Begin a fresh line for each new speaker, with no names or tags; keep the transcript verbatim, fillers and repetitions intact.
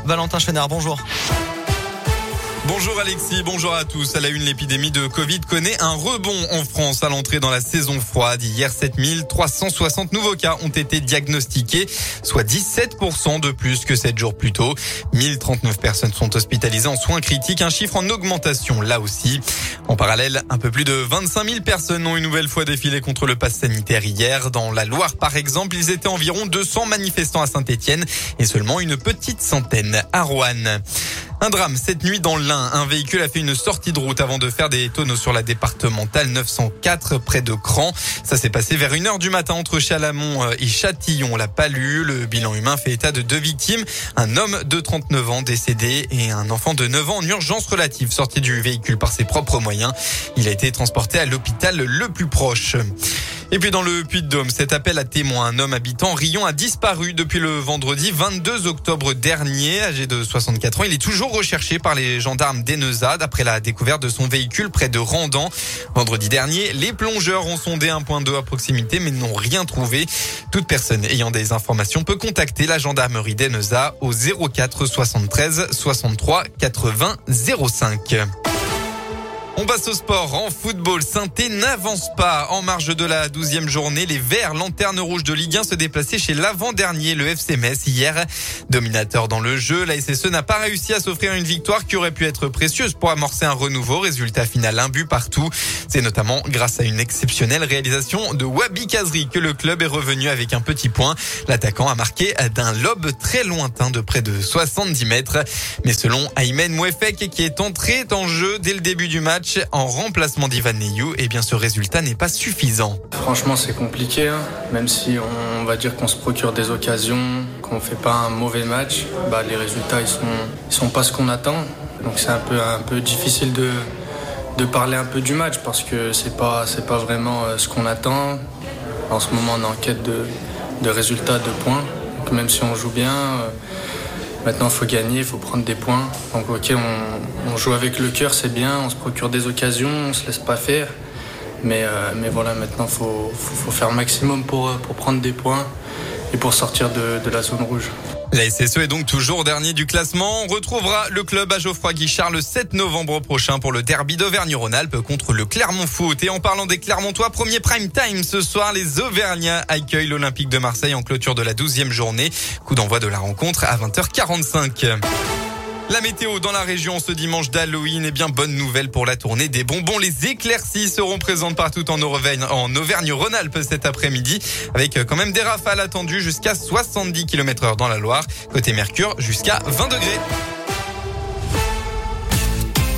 Valentin Chenard, bonjour.
Bonjour Alexis, bonjour à tous. À la une, l'épidémie de Covid connaît un rebond en France à l'entrée dans la saison froide. Hier, sept mille trois cent soixante nouveaux cas ont été diagnostiqués, soit dix-sept pour cent de plus que sept jours plus tôt. mille trente-neuf personnes sont hospitalisées en soins critiques, un chiffre en augmentation là aussi. En parallèle, un peu plus de vingt-cinq mille personnes ont une nouvelle fois défilé contre le pass sanitaire hier. Dans la Loire, par exemple, ils étaient environ deux cents manifestants à Saint-Étienne et seulement une petite centaine à Roanne. Un drame cette nuit dans l'Ain. Un véhicule a fait une sortie de route avant de faire des tonneaux sur la départementale neuf cent quatre près de Cran. Ça s'est passé vers une heure du matin entre Chalamont et Châtillon. On l'a pas lu. Le bilan humain fait état de deux victimes. Un homme de trente-neuf ans décédé et un enfant de neuf ans en urgence relative sorti du véhicule par ses propres moyens. Il a été transporté à l'hôpital le plus proche. Et puis dans le Puy-de-Dôme, cet appel à témoins, un homme habitant Rion a disparu depuis le vendredi vingt-deux octobre dernier. Âgé de soixante-quatre ans, il est toujours recherché par les gendarmes d'Enezade après la découverte de son véhicule près de Randan. Vendredi dernier, les plongeurs ont sondé un point d'eau à proximité mais n'ont rien trouvé. Toute personne ayant des informations peut contacter la gendarmerie d'Enezade au zéro quatre soixante-treize soixante-trois quatre-vingts zéro cinq. On passe au sport. En football, Saint-Étienne n'avance pas. En marge de la douzième journée, les Verts, lanterne rouge de Ligue un, se déplaçaient chez l'avant-dernier, le F C Metz, hier. Dominateur dans le jeu, la S S E n'a pas réussi à s'offrir une victoire qui aurait pu être précieuse pour amorcer un renouveau. Résultat final, un but partout. C'est notamment grâce à une exceptionnelle réalisation de Wabi Kazri que le club est revenu avec un petit point. L'attaquant a marqué d'un lob très lointain de près de soixante-dix mètres. Mais selon Aymen Mouefek, qui est entré en jeu dès le début du match, en remplacement d'Ivan Neyou, eh bien ce résultat n'est pas suffisant.
Franchement, c'est compliqué, hein. Même si on va dire qu'on se procure des occasions, qu'on fait pas un mauvais match, bah les résultats ils sont ils sont pas ce qu'on attend. Donc c'est un peu un peu difficile de de parler un peu du match parce que c'est pas c'est pas vraiment ce qu'on attend. En ce moment, on est en quête de de résultats, de points. Donc même si on joue bien, maintenant, il faut gagner, il faut prendre des points. Donc, ok, on, on joue avec le cœur, c'est bien, on se procure des occasions, on se laisse pas faire. Mais, euh, mais voilà, maintenant, il faut, faut, faut faire le maximum pour, pour prendre des points et pour sortir de, de la zone rouge.
La S S E est donc toujours dernier du classement. On retrouvera le club à Geoffroy Guichard le sept novembre prochain pour le derby d'Auvergne-Rhône-Alpes contre le Clermont Foot. Et en parlant des Clermontois, premier prime time ce soir, les Auvergnats accueillent l'Olympique de Marseille en clôture de la douzième journée. Coup d'envoi de la rencontre à vingt heures quarante-cinq. La météo dans la région ce dimanche d'Halloween, eh bien bonne nouvelle pour la tournée des bonbons. Les éclaircies seront présentes partout en Auvergne, en Auvergne-Rhône-Alpes cet après-midi, avec quand même des rafales attendues jusqu'à soixante-dix kilomètres heure dans la Loire. Côté Mercure, jusqu'à vingt degrés.